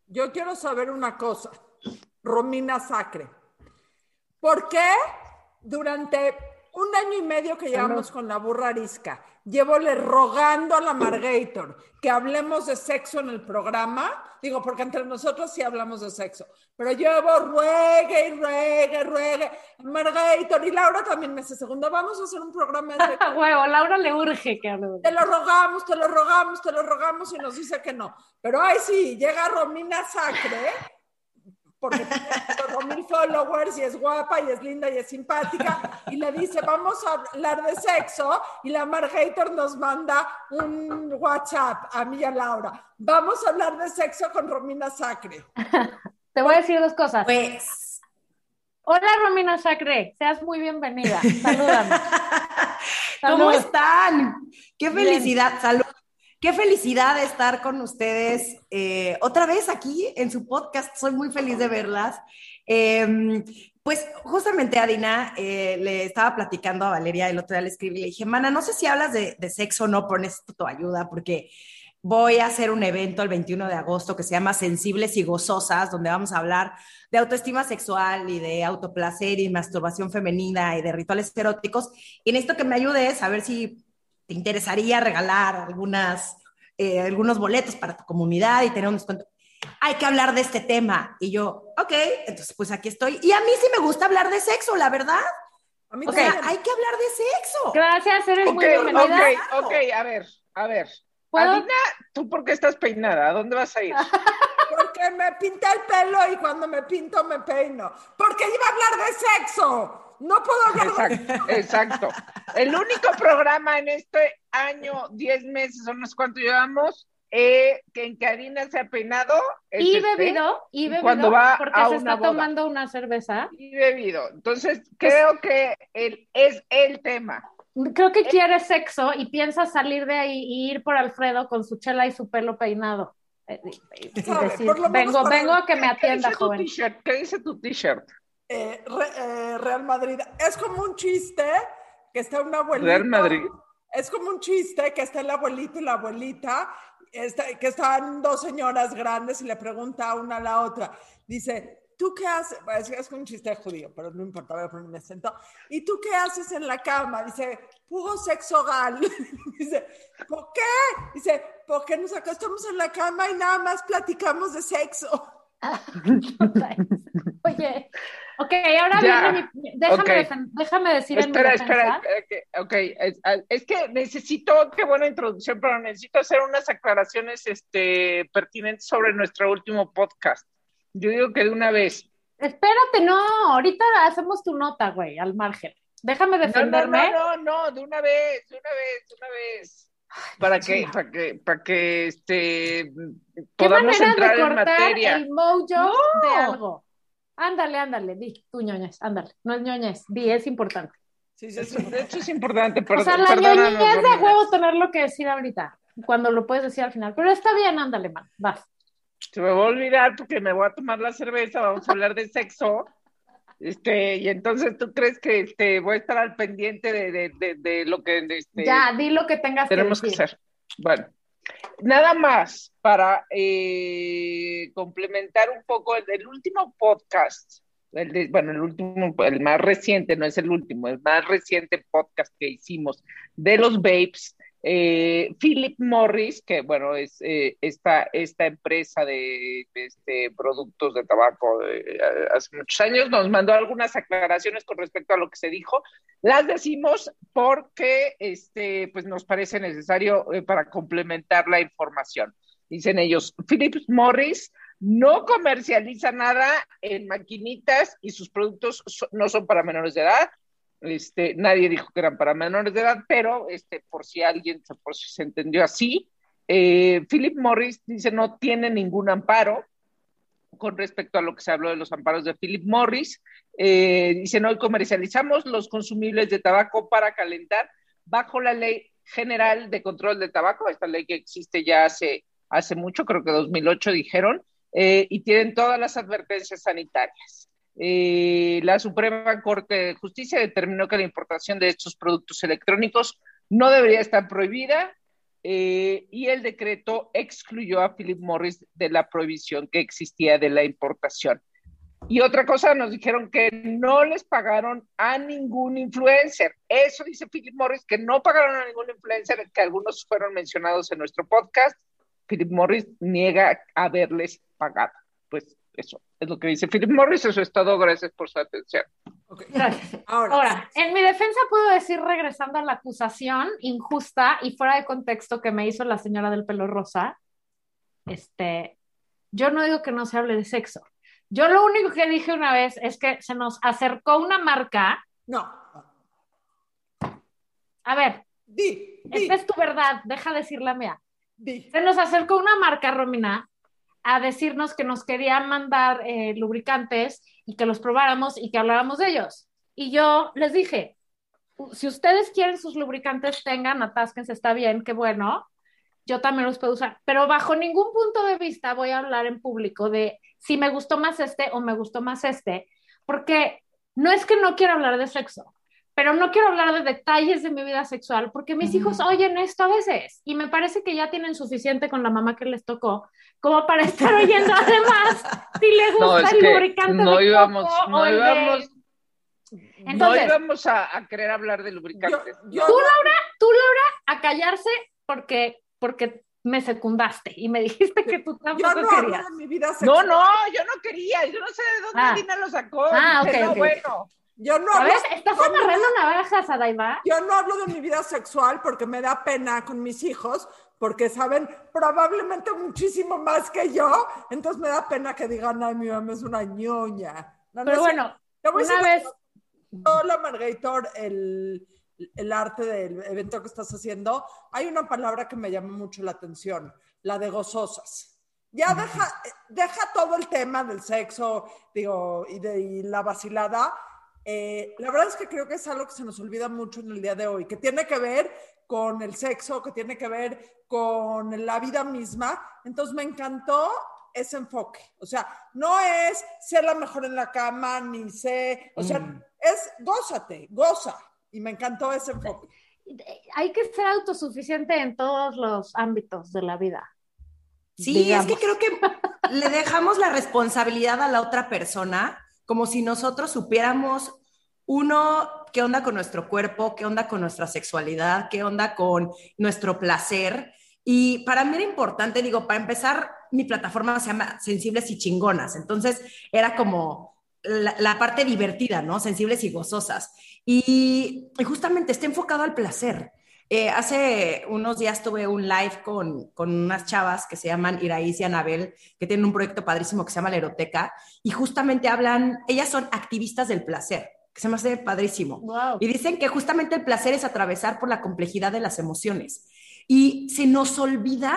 Yo quiero saber una cosa, Romina Sacre. ¿Por qué durante 1 año y medio que llevamos con la burra arisca, llevole rogando a la Margator que hablemos de sexo en el programa? Digo, porque entre nosotros sí hablamos de sexo, pero llevo ruegue, Margator, y Laura también me hace segundo, vamos a hacer un programa de sexo. Huevo, Laura le urge que hable. Te lo rogamos y nos dice que no. Pero ay sí, llega Romina Sacre, porque tiene 2,000 followers y es guapa y es linda y es simpática, y le dice, vamos a hablar de sexo, y la Margator nos manda un WhatsApp a mí y a Laura. Vamos a hablar de sexo con Romina Sacre. Te voy a decir dos cosas. Pues... Hola, Romina Sacre, seas muy bienvenida. Salúdame. ¿Cómo están? Qué felicidad, salud. Qué felicidad estar con ustedes otra vez aquí en su podcast. Soy muy feliz de verlas. Pues justamente a Dina le estaba platicando a Valeria el otro día, le escribí y le dije, mana, no sé si hablas de sexo o no, pero necesito tu ayuda porque voy a hacer un evento el 21 de agosto que se llama Sensibles y Gozosas, donde vamos a hablar de autoestima sexual y de autoplacer y masturbación femenina y de rituales eróticos. Y necesito que me ayudes a ver si te interesaría regalar algunos boletos para tu comunidad y tener un descuento. Hay que hablar de este tema. Y yo, ok, entonces pues aquí estoy. Y a mí sí me gusta hablar de sexo, la verdad. A mí O sea, hay que hablar de sexo. Gracias, eres muy bienvenida. Ok, a ver. ¿Puedo? Adina, ¿tú por qué estás peinada? ¿A dónde vas a ir? Porque me pinté el pelo y cuando me pinto me peino. Porque iba a hablar de sexo. No puedo hablar de... Exacto. El único programa en este año, 10 meses, o no sé cuánto llevamos, que en que Adina se ha peinado. Y bebido, cuando va porque a se una está boda. tomando una cerveza. Y bebido. Entonces, creo que es el tema. Creo que quiere sexo y piensa salir de ahí y ir por Alfredo con su chela y su pelo peinado. Y decir, vengo a que me atienda, joven. ¿Qué dice tu t-shirt? Real Madrid. Es como un chiste que está un abuelito. Real Madrid. Es como un chiste que está el abuelito y la abuelita, que están dos señoras grandes y le pregunta a una a la otra. Dice, ¿tú qué haces? Es un chiste judío, pero no importa, voy a ponerme acento. ¿Y tú qué haces en la cama? Dice, puro sexo gal. Dice, ¿por qué? Dice, porque nos acostamos en la cama y nada más platicamos de sexo. Oye, ok, ahora ya. déjame decir espera, en mi defensa. Ok, es que necesito, qué buena introducción, pero necesito hacer unas aclaraciones pertinentes sobre nuestro último podcast. Yo digo que de una vez. Espérate, no, ahorita hacemos tu nota, güey, al margen. Déjame defenderme. No, de una vez. Para que podamos entrar en materia. El mojo de algo. Ándale, di, tú ñoñez, ándale. No es ñoñez, di, es importante. Sí, de hecho es importante. O sea, la ñoñez de huevo tener lo que decir ahorita, cuando lo puedes decir al final. Pero está bien, ándale, man, vas. Se me va a olvidar porque me voy a tomar la cerveza, vamos a hablar de sexo. Y entonces tú crees que voy a estar al pendiente de lo que ya, di lo que tengas tenemos que hacer. Bueno, nada más para complementar un poco el último podcast, el más reciente, no es el último, el más reciente podcast que hicimos de los vapes. Philip Morris, que bueno, es esta empresa de productos de tabaco hace muchos años, nos mandó algunas aclaraciones con respecto a lo que se dijo. Las decimos porque pues nos parece necesario para complementar la información. Dicen ellos, Philip Morris no comercializa nada en maquinitas y sus productos no son para menores de edad. Nadie dijo que eran para menores de edad, pero por si se entendió así, Philip Morris dice no tiene ningún amparo con respecto a lo que se habló de los amparos de Philip Morris. Dice no comercializamos los consumibles de tabaco para calentar bajo la Ley General de Control del Tabaco, esta ley que existe ya hace mucho, creo que 2008 dijeron, y tienen todas las advertencias sanitarias. La Suprema Corte de Justicia determinó que la importación de estos productos electrónicos no debería estar prohibida y el decreto excluyó a Philip Morris de la prohibición que existía de la importación. Y otra cosa, nos dijeron que no les pagaron a ningún influencer. Eso dice Philip Morris, que no pagaron a ningún influencer, que algunos fueron mencionados en nuestro podcast. Philip Morris niega haberles pagado. Pues eso es lo que dice Philip Morris. Eso es todo. Gracias por su atención. Okay. Ahora, en mi defensa puedo decir, regresando a la acusación injusta y fuera de contexto que me hizo la señora del pelo rosa, yo no digo que no se hable de sexo. Yo lo único que dije una vez es que se nos acercó una marca. No. A ver, Di. esta es tu verdad, deja decir la mía. Di. Se nos acercó una marca, Romina, a decirnos que nos querían mandar lubricantes y que los probáramos y que habláramos de ellos. Y yo les dije, si ustedes quieren sus lubricantes, tengan, atásquense, está bien, qué bueno. Yo también los puedo usar, pero bajo ningún punto de vista voy a hablar en público de si me gustó más o me gustó más porque no es que no quiera hablar de sexo, pero no quiero hablar de detalles de mi vida sexual, porque mis hijos oyen esto a veces, y me parece que ya tienen suficiente con la mamá que les tocó, como para estar oyendo además si les gusta el lubricante no de íbamos, coco no o el íbamos, Entonces, no íbamos a querer hablar de lubricantes. Tú, Laura, a callarse porque me secundaste y me dijiste que tú tampoco yo no querías. Hablo de mi vida sexual. No, yo no quería, yo no sé de dónde Dina lo sacó. Okay. Bueno. Yo no ¿Sabes? ¿Estás amarrando navajas, Adaiva? Yo no hablo de mi vida sexual porque me da pena con mis hijos, porque saben probablemente muchísimo más que yo, entonces me da pena que digan, ay, mi mamá es una ñoña. No, pero bueno, una vez... Hola, Margator, el arte del evento que estás haciendo, hay una palabra que me llama mucho la atención, la de gozosas. Ya deja todo el tema del sexo, digo, y la vacilada. La verdad es que creo que es algo que se nos olvida mucho en el día de hoy, que tiene que ver con el sexo, que tiene que ver con la vida misma. Entonces me encantó ese enfoque. O sea, no es ser la mejor en la cama, ni sé, o sea, es gózate, goza. Y me encantó ese enfoque. Hay que ser autosuficiente en todos los ámbitos de la vida. Sí, digamos. Es que creo que le dejamos la responsabilidad a la otra persona, como si nosotros supiéramos, uno, qué onda con nuestro cuerpo, qué onda con nuestra sexualidad, qué onda con nuestro placer. Y para mí era importante, digo, para empezar, mi plataforma se llama Sensibles y Chingonas, entonces era como la parte divertida, ¿no? Sensibles y gozosas. Y justamente está enfocado al placer. Hace unos días tuve un live con unas chavas que se llaman Iraís y Anabel, que tienen un proyecto padrísimo que se llama La Eroteca, y justamente hablan, ellas son activistas del placer, que se me hace padrísimo. Wow. Y dicen que justamente el placer es atravesar por la complejidad de las emociones. Y se nos olvida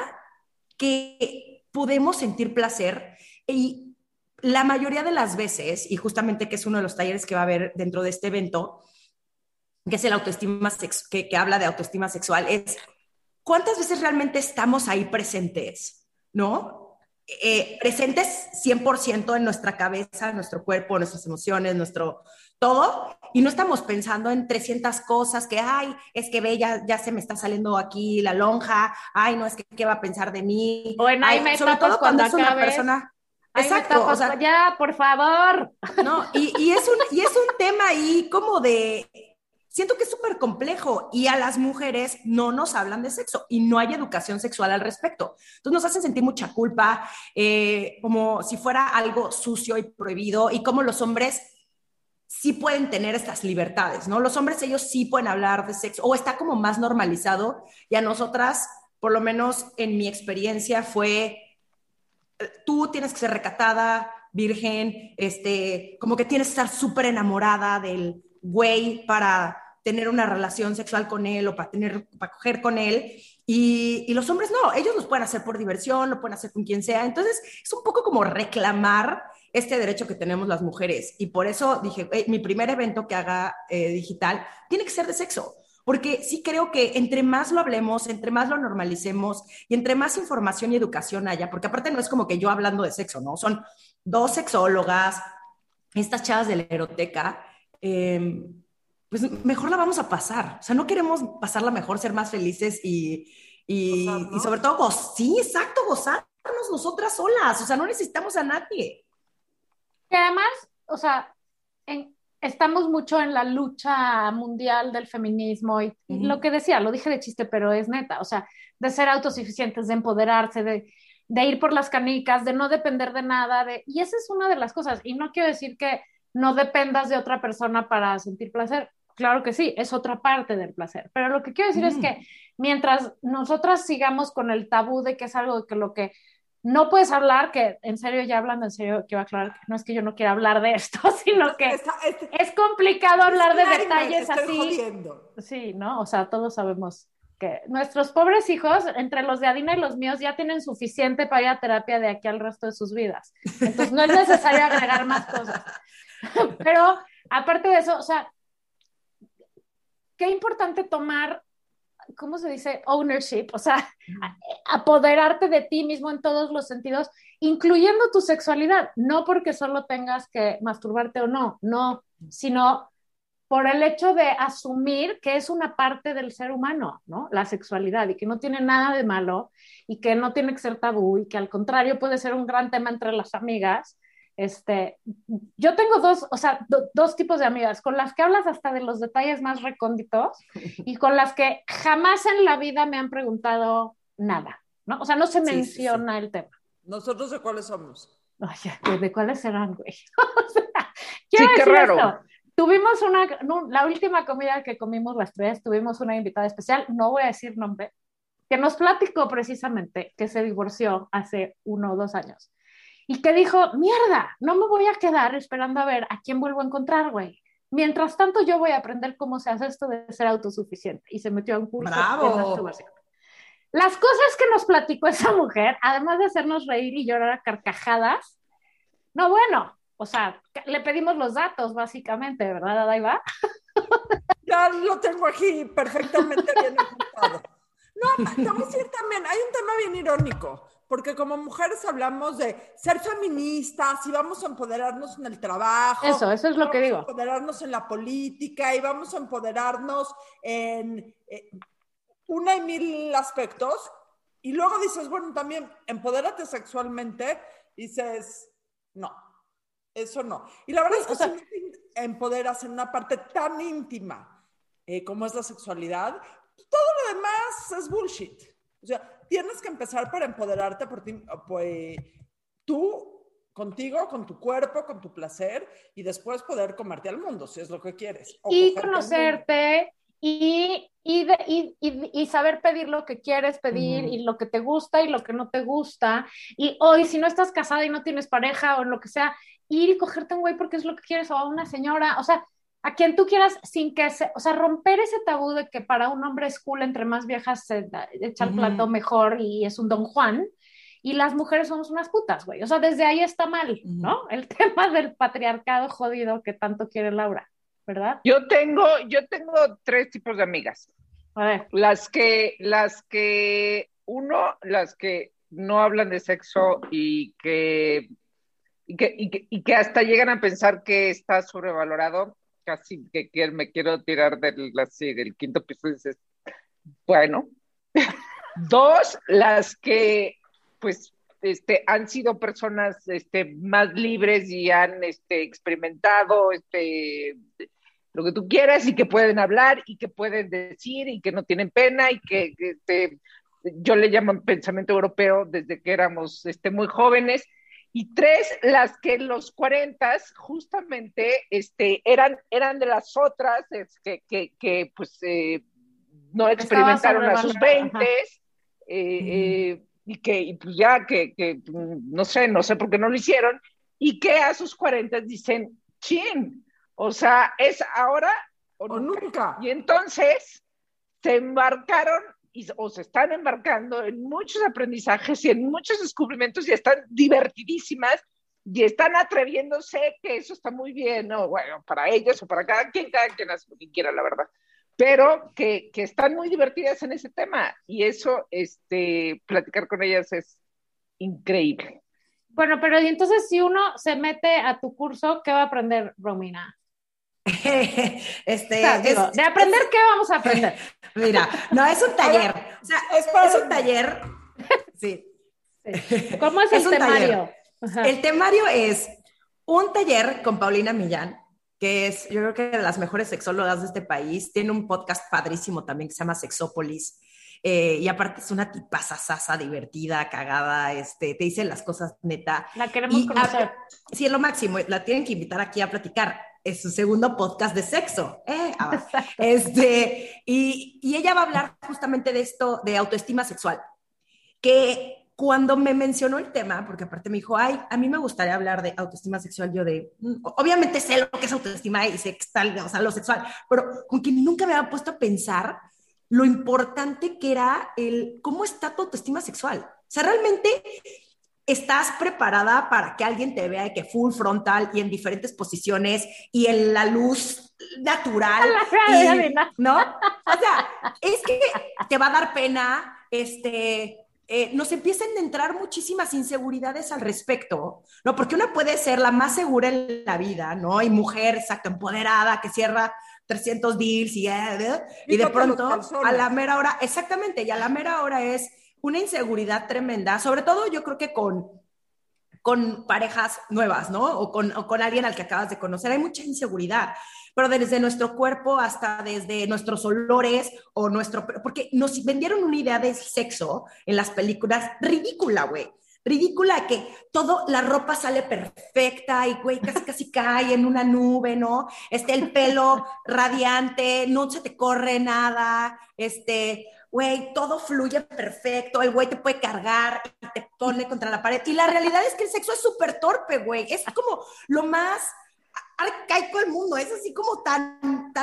que podemos sentir placer y la mayoría de las veces, y justamente que es uno de los talleres que va a haber dentro de este evento, que es el autoestima que habla de autoestima sexual, es ¿cuántas veces realmente estamos ahí presentes? ¿No? Presentes 100% en nuestra cabeza, en nuestro cuerpo, nuestras emociones, nuestro todo, y no estamos pensando en 300 cosas que, ay, es que ve, ya se me está saliendo aquí la lonja, ay, no, es que ¿qué va a pensar de mí? O en ahí me sobre todo cuando es una persona... Exacto, o sea, ya, por favor. No, y es un tema ahí como de... Siento que es súper complejo y a las mujeres no nos hablan de sexo y no hay educación sexual al respecto. Entonces nos hacen sentir mucha culpa, como si fuera algo sucio y prohibido, y como los hombres sí pueden tener estas libertades, ¿no? Los hombres, ellos sí pueden hablar de sexo o está como más normalizado, y a nosotras, por lo menos en mi experiencia, fue tú tienes que ser recatada, virgen, como que tienes que estar súper enamorada del güey para tener una relación sexual con él o para coger con él, y los hombres no, ellos los pueden hacer por diversión, lo pueden hacer con quien sea. Entonces es un poco como reclamar este derecho que tenemos las mujeres, y por eso dije, mi primer evento que haga digital tiene que ser de sexo, porque sí creo que entre más lo hablemos, entre más lo normalicemos y entre más información y educación haya, porque aparte no es como que yo hablando de sexo, ¿no? Son dos sexólogas, estas chavas de la eroteca, pues mejor la vamos a pasar. O sea, no queremos pasarla mejor, ser más felices y Gozar, ¿no? Y sobre todo, sí, exacto, gozarnos nosotras solas, o sea, no necesitamos a nadie. Que además, o sea, estamos mucho en la lucha mundial del feminismo y lo que decía, lo dije de chiste, pero es neta, o sea, de ser autosuficientes, de empoderarse, de ir por las canicas, de no depender de nada, y esa es una de las cosas, y no quiero decir que no dependas de otra persona para sentir placer, claro que sí, es otra parte del placer, pero lo que quiero decir es que mientras nosotras sigamos con el tabú de que es algo que lo que no puedes hablar, que en serio, ya hablando en serio, quiero aclarar que no es que yo no quiera hablar de esto, sino que es complicado hablar de detalles estoy así. jodiendo. Sí, ¿no? O sea, todos sabemos que nuestros pobres hijos, entre los de Adina y los míos, ya tienen suficiente para ir a terapia de aquí al resto de sus vidas. Entonces, no es necesario agregar más cosas. Pero, aparte de eso, o sea, qué importante tomar, ¿cómo se dice? Ownership, o sea, apoderarte de ti mismo en todos los sentidos, incluyendo tu sexualidad, no porque solo tengas que masturbarte o no, no, sino por el hecho de asumir que es una parte del ser humano, ¿no? La sexualidad y que no tiene nada de malo y que no tiene que ser tabú y que al contrario puede ser un gran tema entre las amigas. Yo tengo dos, o sea, dos tipos de amigas, con las que hablas hasta de los detalles más recónditos y con las que jamás en la vida me han preguntado nada, ¿no? O sea, no se menciona el tema. ¿Nosotros de cuáles somos? Oye, ¿de cuáles serán, güey? O sea, Sí, quiero qué decir raro. esto. Tuvimos la última comida que comimos las tres, tuvimos una invitada especial, no voy a decir nombre, que nos platicó precisamente que se divorció hace 1 o 2 años y que dijo, mierda, no me voy a quedar esperando a ver a quién vuelvo a encontrar, güey. Mientras tanto, yo voy a aprender cómo se hace esto de ser autosuficiente. Y se metió a un curso de masturbación. Las cosas que nos platicó esa mujer, además de hacernos reír y llorar a carcajadas, no, bueno, o sea, le pedimos los datos, básicamente, ¿verdad, Adaiva? Ya lo tengo aquí perfectamente bien apuntado. No, te voy a decir también, hay un tema bien irónico, porque como mujeres hablamos de ser feministas y vamos a empoderarnos en el trabajo. Eso es lo que digo. Vamos a empoderarnos en la política y vamos a empoderarnos en una y mil aspectos. Y luego dices, bueno, también empodérate sexualmente. Dices, no, eso no. Y la verdad es que si no te empoderas en una parte tan íntima como es la sexualidad, todo lo demás es bullshit. O sea, tienes que empezar por empoderarte por ti, pues, tú, contigo, con tu cuerpo, con tu placer, y después poder comerte al mundo, si es lo que quieres. Y conocerte y saber pedir lo que quieres pedir y lo que te gusta y lo que no te gusta. Y hoy, si no estás casada y no tienes pareja o lo que sea, ir y cogerte un güey porque es lo que quieres o a una señora, o sea, a quien tú quieras sin que o sea, romper ese tabú de que para un hombre es cool entre más viejas se echa el plato mejor y es un Don Juan. Y las mujeres somos unas putas, güey. O sea, desde ahí está mal, ¿no? El tema del patriarcado jodido que tanto quiere Laura, ¿verdad? Yo tengo 3 tipos de amigas. A ver. Las que no hablan de sexo y que hasta llegan a pensar que está sobrevalorado, casi que me quiero tirar del 5.º piso y dices, bueno. 2, las que pues han sido personas más libres y han experimentado lo que tú quieras y que pueden hablar y que pueden decir y que no tienen pena y que yo le llamo pensamiento europeo desde que éramos muy jóvenes. Y 3, las que en los 40 justamente eran de las otras que pues no experimentaron a sus 20 y pues ya que no sé por qué no lo hicieron y que a sus 40 dicen, chin, o sea, es ahora o nunca. Y entonces se embarcaron o se están embarcando en muchos aprendizajes y en muchos descubrimientos y están divertidísimas y están atreviéndose, que eso está muy bien, ¿no? Bueno, para ellas o para cada quien hace lo que quiera, la verdad. Pero que están muy divertidas en ese tema y eso, platicar con ellas es increíble. Bueno, pero y entonces si uno se mete a tu curso, ¿qué va a aprender, Romina? Digo, de aprender, ¿qué vamos a aprender? Mira, no, es un taller. O sea, es un taller. Sí. ¿Cómo es el temario? El temario es un taller con Paulina Millán, que es, yo creo que de las mejores sexólogas de este país. Tiene un podcast padrísimo también que se llama Sexópolis. Y aparte es una tipaza sasa, divertida, cagada, te dice las cosas neta. La queremos conocer. Sí, es lo máximo. La tienen que invitar aquí a platicar. Es su segundo podcast de sexo. Y ella va a hablar justamente de esto, de autoestima sexual. Que cuando me mencionó el tema, porque aparte me dijo, ay, a mí me gustaría hablar de autoestima sexual, yo obviamente sé lo que es autoestima y sé que está, o sea, lo sexual, pero con que nunca me había puesto a pensar lo importante que era cómo está tu autoestima sexual. O sea, realmente estás preparada para que alguien te vea de que full frontal y en diferentes posiciones y en la luz natural. ¿No? O sea, es que te va a dar pena, nos empiezan a entrar muchísimas inseguridades al respecto, ¿no? Porque una puede ser la más segura en la vida, ¿no? Y mujer, exacto, empoderada, que cierra 300 deals y de pronto a la mera hora, exactamente, y a la mera hora es una inseguridad tremenda, sobre todo yo creo que con parejas nuevas, ¿no? O con alguien al que acabas de conocer, hay mucha inseguridad, pero desde nuestro cuerpo hasta desde nuestros olores o porque nos vendieron una idea de sexo en las películas ridícula, güey. Ridícula, que la ropa sale perfecta y, güey, casi cae en una nube, ¿no? El pelo radiante, no se te corre nada, güey, todo fluye perfecto, el güey te puede cargar y te pone contra la pared. Y la realidad es que el sexo es súper torpe, güey. Es como lo más arcaico del mundo, es así como tan,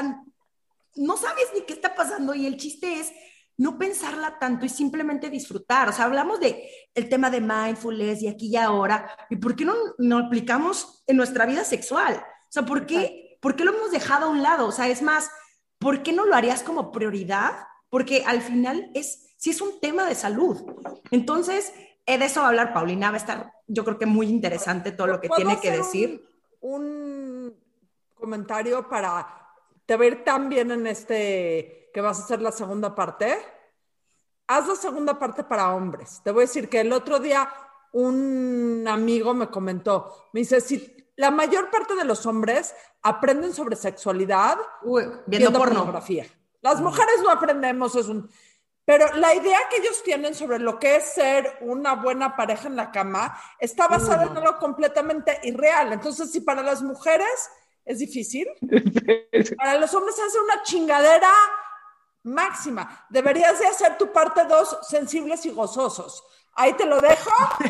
no sabes ni qué está pasando y el chiste es no pensarla tanto y simplemente disfrutar. O sea, hablamos el tema de mindfulness y aquí y ahora, ¿y por qué no aplicamos en nuestra vida sexual? O sea, ¿por qué lo hemos dejado a un lado? O sea, es más, ¿por qué no lo harías como prioridad? Porque al final sí es un tema de salud. Entonces, de eso va a hablar Paulina, va a estar, yo creo que muy interesante todo lo que tiene que decir. Un comentario para te ver tan bien en que vas a hacer la segunda parte. Haz la segunda parte para hombres. Te voy a decir que el otro día un amigo me comentó, me dice, si la mayor parte de los hombres aprenden sobre sexualidad viendo pornografía. Las mujeres no aprendemos, pero la idea que ellos tienen sobre lo que es ser una buena pareja en la cama está basada en algo completamente irreal. Entonces, si para las mujeres es difícil, para los hombres hace una chingadera máxima. Deberías de hacer tu parte 2, sensibles y gozosos. Ahí te lo dejo.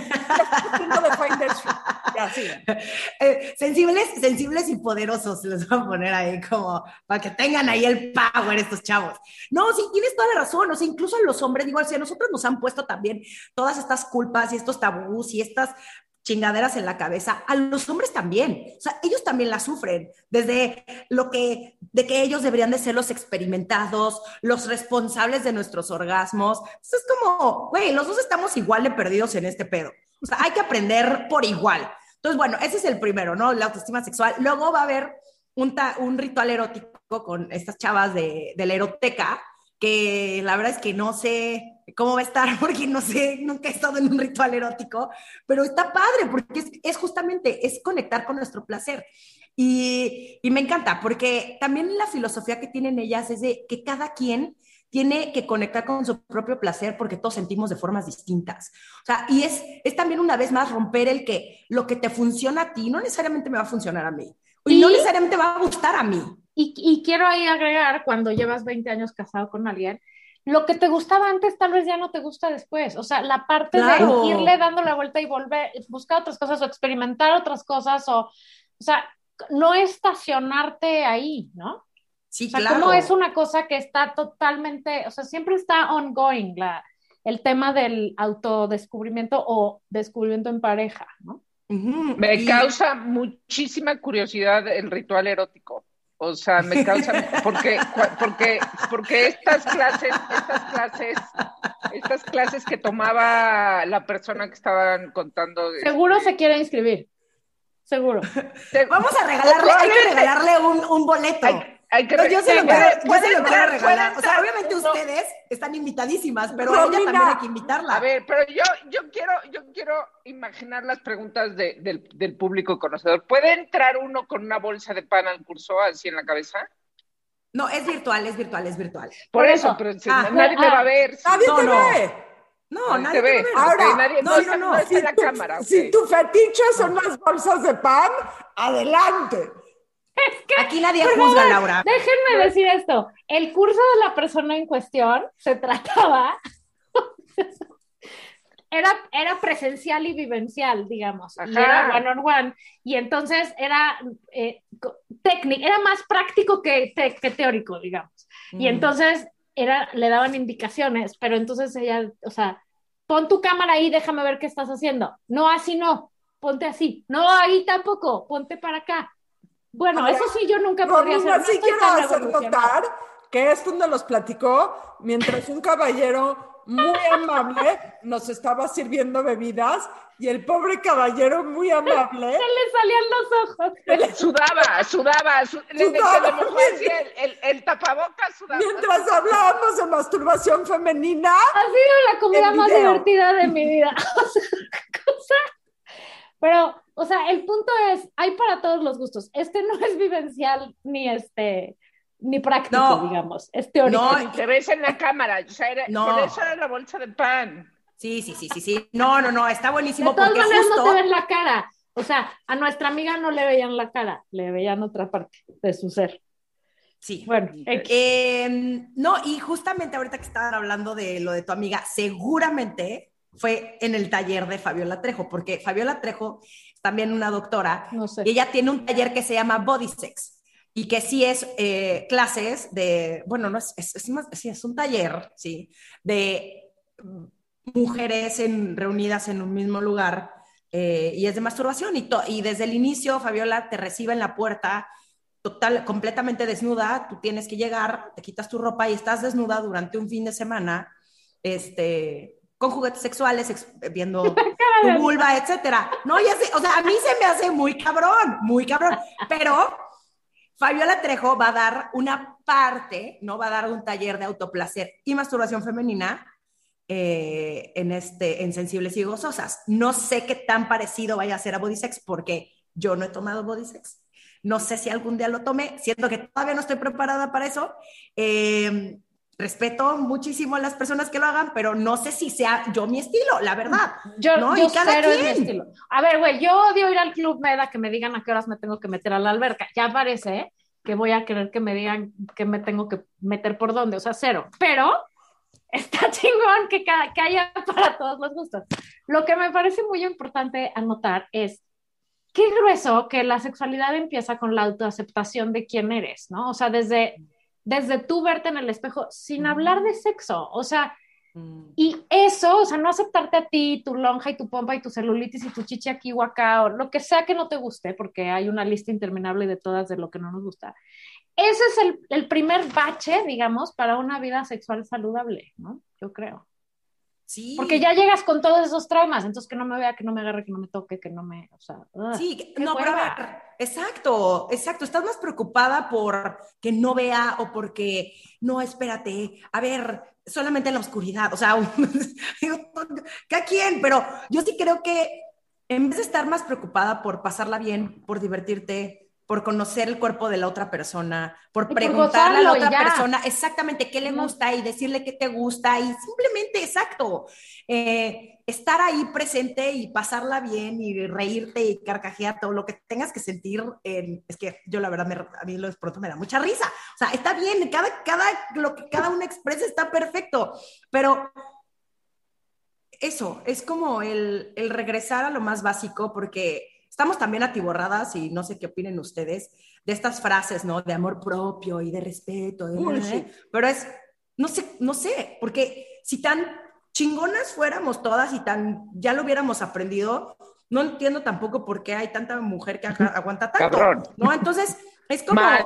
Sensibles y poderosos, les voy a poner ahí como para que tengan ahí el power estos chavos. No, sí, tienes toda la razón. O sea, incluso a los hombres, digo, si a nosotros nos han puesto también todas estas culpas y estos tabús y estas chingaderas en la cabeza, a los hombres también, o sea, ellos también la sufren, desde de que ellos deberían de ser los experimentados, los responsables de nuestros orgasmos. Entonces es como, güey, los dos estamos igual de perdidos en este pedo, o sea, hay que aprender por igual. Entonces, bueno, ese es el primero, ¿no? La autoestima sexual. Luego va a haber un ritual erótico con estas chavas de la eroteca, que la verdad es que no sé cómo va a estar, porque no sé, nunca he estado en un ritual erótico, pero está padre, porque es justamente, es conectar con nuestro placer. Y me encanta, porque también la filosofía que tienen ellas es de que cada quien tiene que conectar con su propio placer porque todos sentimos de formas distintas. O sea, y es también una vez más romper el que lo que te funciona a ti no necesariamente me va a funcionar a mí, y no necesariamente va a gustar a mí. Y quiero ahí agregar, cuando llevas 20 años casado con alguien, lo que te gustaba antes tal vez ya no te gusta después. O sea, la parte de irle dando la vuelta y volver, buscar otras cosas o experimentar otras cosas o sea, no estacionarte ahí, ¿no? Sí, o sea, claro. como es una cosa que está totalmente, o sea, siempre está ongoing el tema del autodescubrimiento o descubrimiento en pareja, ¿no? Me causa muchísima curiosidad el ritual erótico. O sea, me causa, porque estas clases que tomaba la persona que estaban contando. Seguro se quiere inscribir. seguro. Vamos a regalarle, hay que regalarle un boleto. Yo se lo quiero regalar. O sea, obviamente ustedes están invitadísimas, pero a ella también hay que invitarla. A ver, pero yo quiero imaginar las preguntas del público conocedor. ¿Puede entrar uno con una bolsa de pan al curso así en la cabeza? No, es virtual. Por eso, pero nadie me va a ver. Nadie te ve. No, nadie te ve. Ahora, no está en la cámara. Si tu fetiche son las bolsas de pan, adelante. Es que, aquí nadie juzga, Laura. Déjenme decir esto. El curso de la persona en cuestión se trataba... Era presencial y vivencial, digamos. Y era one on one. Y entonces era técnico, era más práctico que teórico, digamos. Y entonces le daban indicaciones, pero entonces ella, o sea, pon tu cámara ahí, déjame ver qué estás haciendo. No, así no, ponte así. No, ahí tampoco, ponte para acá. Bueno, ahora, eso sí yo nunca podría hacer. Sí quiero hacer notar que esto nos platicó mientras un caballero muy amable nos estaba sirviendo bebidas y el pobre caballero muy amable se le salían los ojos. Sudaba. Le mojó así el tapabocas, sudaba. Mientras hablábamos de masturbación femenina. Ha sido la comida más divertida de mi vida. Pero, o sea, el punto es, hay para todos los gustos. No es vivencial ni práctico, digamos, es teórico. No, y te ves en la cámara, o sea, por eso era la bolsa de pan. Sí. No, está buenísimo. De todas maneras no te ven la cara, o sea, a nuestra amiga no le veían la cara, le veían otra parte de su ser. Sí. Bueno. No, y justamente ahorita que estaban hablando de lo de tu amiga, seguramente fue en el taller de Fabiola Trejo, porque Fabiola Trejo es también una doctora, no sé. Y ella tiene un taller que se llama Body Sex. Y que sí es clases de, bueno, no es más, sí, es un taller, ¿sí? De mujeres reunidas en un mismo lugar y es de masturbación. Y desde el inicio, Fabiola te recibe en la puerta completamente desnuda, tú tienes que llegar, te quitas tu ropa y estás desnuda durante un fin de semana, con juguetes sexuales, viendo tu vulva, etcétera. No, ya sé, o sea, a mí se me hace muy cabrón, pero... Fabiola Trejo va a dar una parte, ¿no? Va a dar un taller de autoplacer y masturbación femenina en Sensibles y Gozosas. No sé qué tan parecido vaya a ser a Body Sex porque yo no he tomado Body Sex. No sé si algún día lo tome, siento que todavía no estoy preparada para eso. Respeto muchísimo a las personas que lo hagan, pero no sé si sea yo mi estilo, la verdad. Yo cada cero quien. Es mi estilo. A ver, güey, yo odio ir al Club Meda que me digan a qué horas me tengo que meter a la alberca. Ya parece que voy a querer que me digan que me tengo que meter por dónde, o sea, cero. Pero está chingón que haya para todos los gustos. Lo que me parece muy importante anotar es qué grueso que la sexualidad empieza con la autoaceptación de quién eres, ¿no? O sea, desde tú verte en el espejo sin hablar de sexo, o sea, y eso, o sea, no aceptarte a ti, tu lonja y tu pompa y tu celulitis y tu chichi aquí o acá, o lo que sea que no te guste, porque hay una lista interminable de todas de lo que no nos gusta. Ese es el primer bache, digamos, para una vida sexual saludable, ¿no? Yo creo. Sí. Porque ya llegas con todos esos traumas, entonces que no me vea, que no me agarre, que no me toque, que no me, o sea, sí, no, pero a ver, exacto, estás más preocupada por que no vea o porque, no, espérate, a ver, solamente en la oscuridad, o sea, cada quien, pero yo sí creo que en vez de estar más preocupada por pasarla bien, por divertirte, por conocer el cuerpo de la otra persona, por preguntarle a la otra persona exactamente qué le gusta y decirle qué te gusta y simplemente, exacto, estar ahí presente y pasarla bien y reírte y carcajear todo lo que tengas que sentir. Es que yo la verdad, a mí lo de pronto me da mucha risa. O sea, está bien, lo que cada uno expresa está perfecto, pero eso, es como el regresar a lo más básico porque... Estamos también atiborradas, y no sé qué opinen ustedes, de estas frases, ¿no? De amor propio y de respeto. Sí. Pero no sé, porque si tan chingonas fuéramos todas y ya lo hubiéramos aprendido, no entiendo tampoco por qué hay tanta mujer que aguanta tanto. Cabrón. ¿No? Entonces, es como... Mal.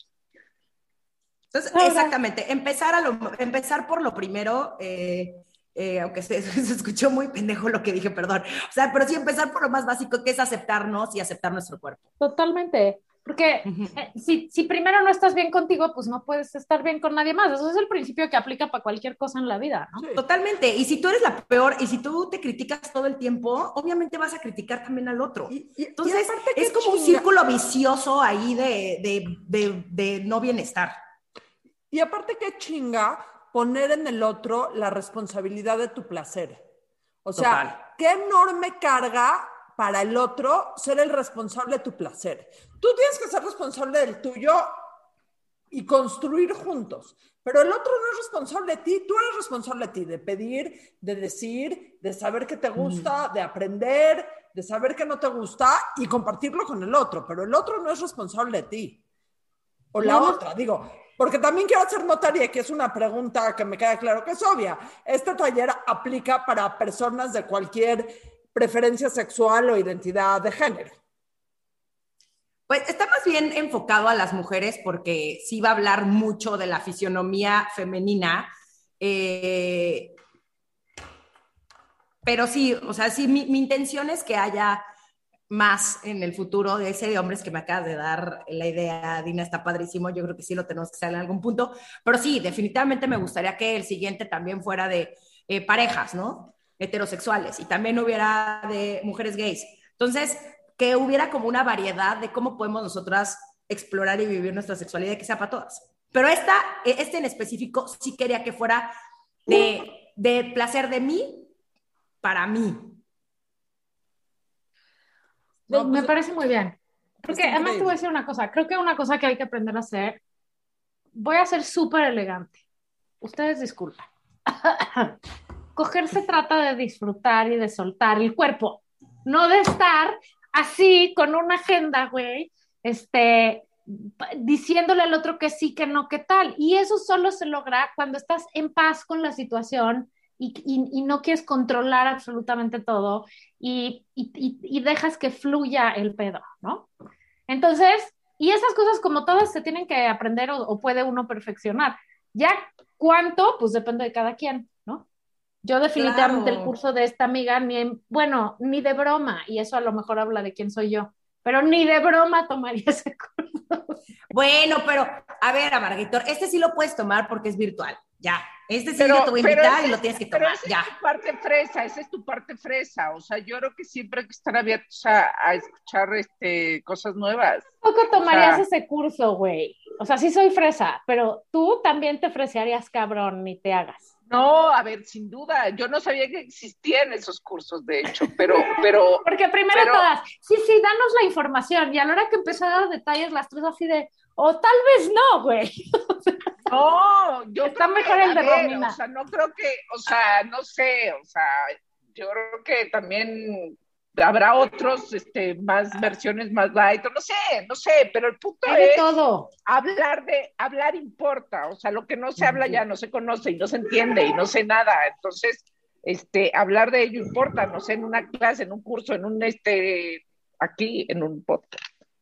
Entonces, exactamente, empezar por lo primero, aunque se escuchó muy pendejo lo que dije, perdón. O sea, pero sí empezar por lo más básico, que es aceptarnos y aceptar nuestro cuerpo. Totalmente. Porque si primero no estás bien contigo, pues no puedes estar bien con nadie más. Eso es el principio que aplica para cualquier cosa en la vida, ¿no? Sí. Totalmente. Y si tú eres la peor y si tú te criticas todo el tiempo, obviamente vas a criticar también al otro. Entonces, es como un círculo vicioso ahí de no bienestar. Y aparte qué chinga poner en el otro la responsabilidad de tu placer. O sea, Total. qué enorme carga para el otro ser el responsable de tu placer. Tú tienes que ser responsable del tuyo y construir juntos, pero el otro no es responsable de ti, tú eres responsable de ti, de pedir, de decir, de saber qué te gusta, de aprender, de saber qué no te gusta y compartirlo con el otro, pero el otro no es responsable de ti. O la otra, digo, porque también quiero hacer notaria que es una pregunta que me queda claro que es obvia. Este taller aplica para personas de cualquier preferencia sexual o identidad de género. Pues está más bien enfocado a las mujeres porque sí va a hablar mucho de la fisionomía femenina, pero sí, o sea, sí, mi intención es que haya más en el futuro de ese de hombres que me acabas de dar la idea, Dina, está padrísimo, yo creo que sí lo tenemos que hacer en algún punto, pero sí, definitivamente me gustaría que el siguiente también fuera de parejas, ¿no? Heterosexuales y también hubiera de mujeres gays. Entonces, que hubiera como una variedad de cómo podemos nosotras explorar y vivir nuestra sexualidad y que sea para todas. Pero este en específico sí quería que fuera de placer de mí para mí. No, me parece muy bien. Porque además te voy a decir una cosa, creo que una cosa que hay que aprender a hacer, voy a ser súper elegante. Ustedes disculpen. Coger se trata de disfrutar y de soltar el cuerpo, no de estar así con una agenda, güey, diciéndole al otro que sí, que no, que tal. Y eso solo se logra cuando estás en paz con la situación y no quieres controlar absolutamente todo y dejas que fluya el pedo, ¿no? Entonces, y esas cosas como todas se tienen que aprender o puede uno perfeccionar. Ya cuánto, pues depende de cada quien, ¿no? Yo definitivamente el curso de esta amiga, ni de broma, y eso a lo mejor habla de quién soy yo, pero ni de broma tomaría ese curso. Bueno, pero a ver, Amarguitor, este sí lo puedes tomar porque es virtual, ya. Este sí yo te voy a invitar y lo tienes que tomar, ya. Esa es tu parte fresa, esa es tu parte fresa, o sea, yo creo que siempre hay que estar abiertos a escuchar cosas nuevas. ¿Poco tomarías ese curso, güey? O sea, sí soy fresa, pero tú también te fresearías, cabrón, ni te hagas. No, a ver, sin duda, yo no sabía que existían esos cursos, de hecho, pero... Porque primero todas, sí, danos la información, y a la hora que empezó a dar detalles, las tres así de, o tal vez no, güey. No, yo está mejor el de Romina. O sea, no creo que, o sea, no sé, o sea, yo creo que también habrá otros, más versiones más light, no sé, pero el punto hay de es todo. hablar importa, o sea, lo que no se habla ya no se conoce y no se entiende y no sé nada, entonces, hablar de ello importa, no sé, en una clase, en un curso, en un, aquí, en un podcast.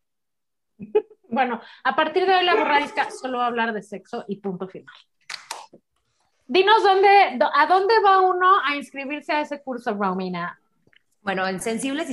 Bueno, a partir de hoy la borradisca solo va a hablar de sexo y punto final. Dinos a dónde va uno a inscribirse a ese curso, Romina. Bueno, en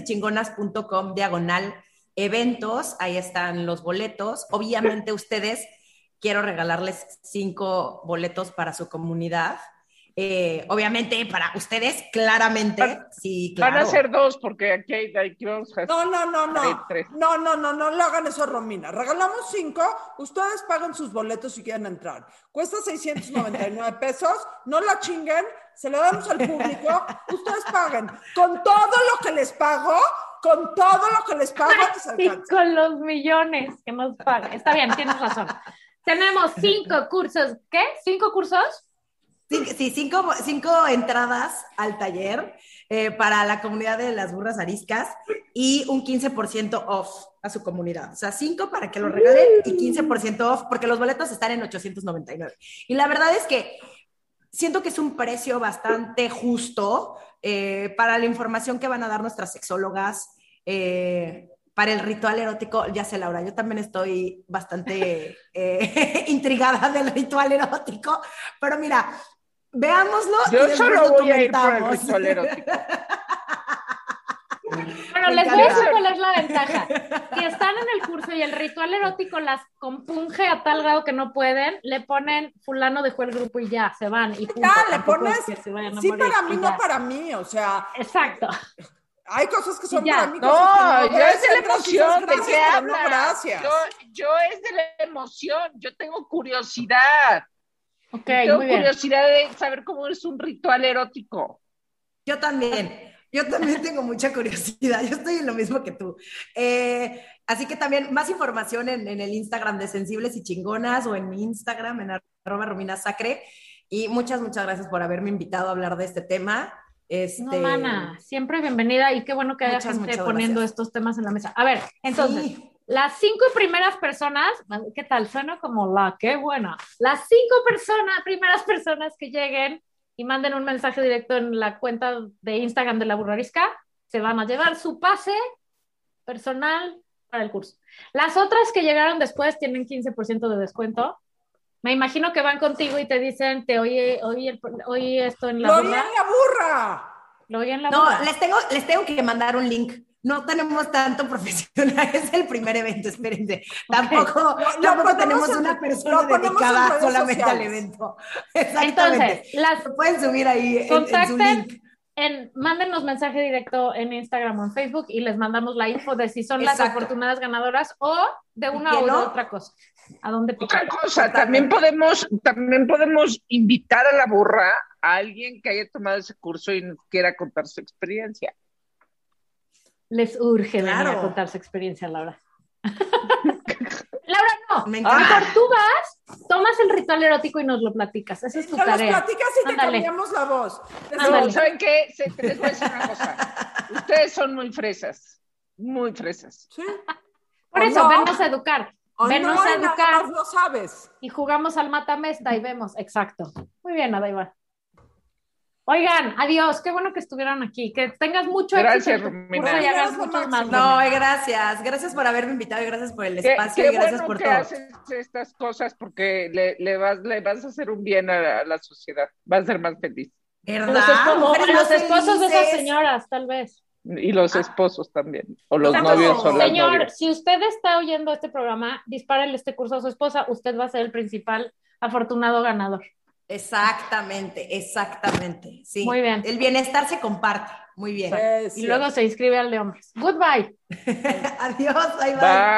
sensiblesychingonas.com/eventos, ahí están los boletos. Obviamente ustedes, quiero regalarles 5 boletos para su comunidad. Obviamente para ustedes, claramente, sí, claro. Van a ser 2 porque aquí vamos a... No le hagan eso a Romina. Regalamos 5, ustedes pagan sus boletos si quieren entrar. Cuesta 699 pesos, no la chinguen, se la damos al público, ustedes paguen. Con todo lo que les pago, les alcanza. Con los millones que nos pagan. Está bien, tienes razón. Tenemos 5 cursos. ¿Qué? ¿5 cursos? Sí, 5 entradas al taller para la comunidad de las burras ariscas y un 15% off a su comunidad. O sea, 5 para que lo regalen y 15% off porque los boletos están en 899. Y la verdad es que siento que es un precio bastante justo para la información que van a dar nuestras sexólogas, para el ritual erótico. Ya sé, Laura, yo también estoy bastante intrigada del ritual erótico, pero mira, Veámoslo. Yo y solo después lo voy a ir por el comentamos. ritual erótico. Bueno, Me les voy a encanta. decir cuál es la ventaja. Si están en el curso y el ritual erótico las compunge a tal grado que no pueden, le ponen fulano dejó el grupo y ya, se van y punto. Ya, le Tampoco es pones, que se vayan a sí morir, para mí, y no ya. para mí, o sea, Exacto. hay cosas que son Y ya. para mí, cosas que No, no. yo Ves, es de la entras y dices, emoción, ¿de gracias, qué pero no, hablas? gracias. Yo es de la emoción, yo tengo curiosidad. Ok, Tengo muy bien. curiosidad de saber cómo es un ritual erótico. Yo también tengo mucha curiosidad, yo estoy en lo mismo que tú. Así que también más información en el Instagram de Sensibles y Chingonas o en mi Instagram en @rominasacre. Y muchas gracias por haberme invitado a hablar de este tema. No, mana, siempre bienvenida y qué bueno que haya Muchas gente poniendo gracias. estos temas en la mesa. A ver, entonces, Sí. las 5 primeras personas, ¿qué tal? Suena como qué buena. Las 5 primeras personas que lleguen y manden un mensaje directo en la cuenta de Instagram de La Burrarisca, se van a llevar su pase personal para el curso. Las otras que llegaron después tienen 15% de descuento. Me imagino que van contigo y te dicen, oí esto en la ¡Lo oí burra. en la burra! Lo oí en la No, burra. les tengo que mandar un link. No tenemos tanto profesional, es el primer evento, espérense. Tampoco tenemos una persona dedicada solamente al evento. Exactamente. Entonces, lo pueden subir ahí en su link. Mándenos mensaje directo en Instagram o en Facebook y les mandamos la info de si son las Exacto. afortunadas ganadoras o de una o de otra cosa. ¿A dónde picar? Otra cosa, también podemos invitar a la burra a alguien que haya tomado ese curso y nos quiera contar su experiencia. Les urge venir Claro. a contar su experiencia, Laura. Laura, no. Me encanta. Mejor tú vas, tomas el ritual erótico y nos lo platicas. Esa es tu Nos los tarea. platicas y te Ándale. cambiamos la voz. Ándale. No, ¿saben qué? Les voy a decir una cosa. Ustedes son muy fresas. Muy fresas. Sí. Por ¿O eso, no? vennos a educar. O Vennos no, a y nada educar más lo sabes. y jugamos al matamesta y vemos. Exacto. Muy bien, Adaiva. Oigan, adiós. Qué bueno que estuvieron aquí. Que tengas mucho Gracias, éxito en tu Romina. curso y hagas Eres lo muchos más. máximo. No, Romina. gracias. Gracias por haberme invitado y gracias por el Qué espacio y gracias bueno por que todo. haces estas cosas porque le vas a hacer un bien a la sociedad. Va a ser más feliz. ¿Verdad? O Mujeres a los más esposos de esas felices. señoras, tal vez. Y los esposos también. O los Exacto. novios o las Señor, novias. si usted está oyendo este programa, dispárele este curso a su esposa, usted va a ser el principal afortunado ganador. Exactamente. Sí. Muy bien. El bienestar se comparte. Muy bien. Es Y luego se inscribe al de hombres. Goodbye. Adiós, bye. Bye.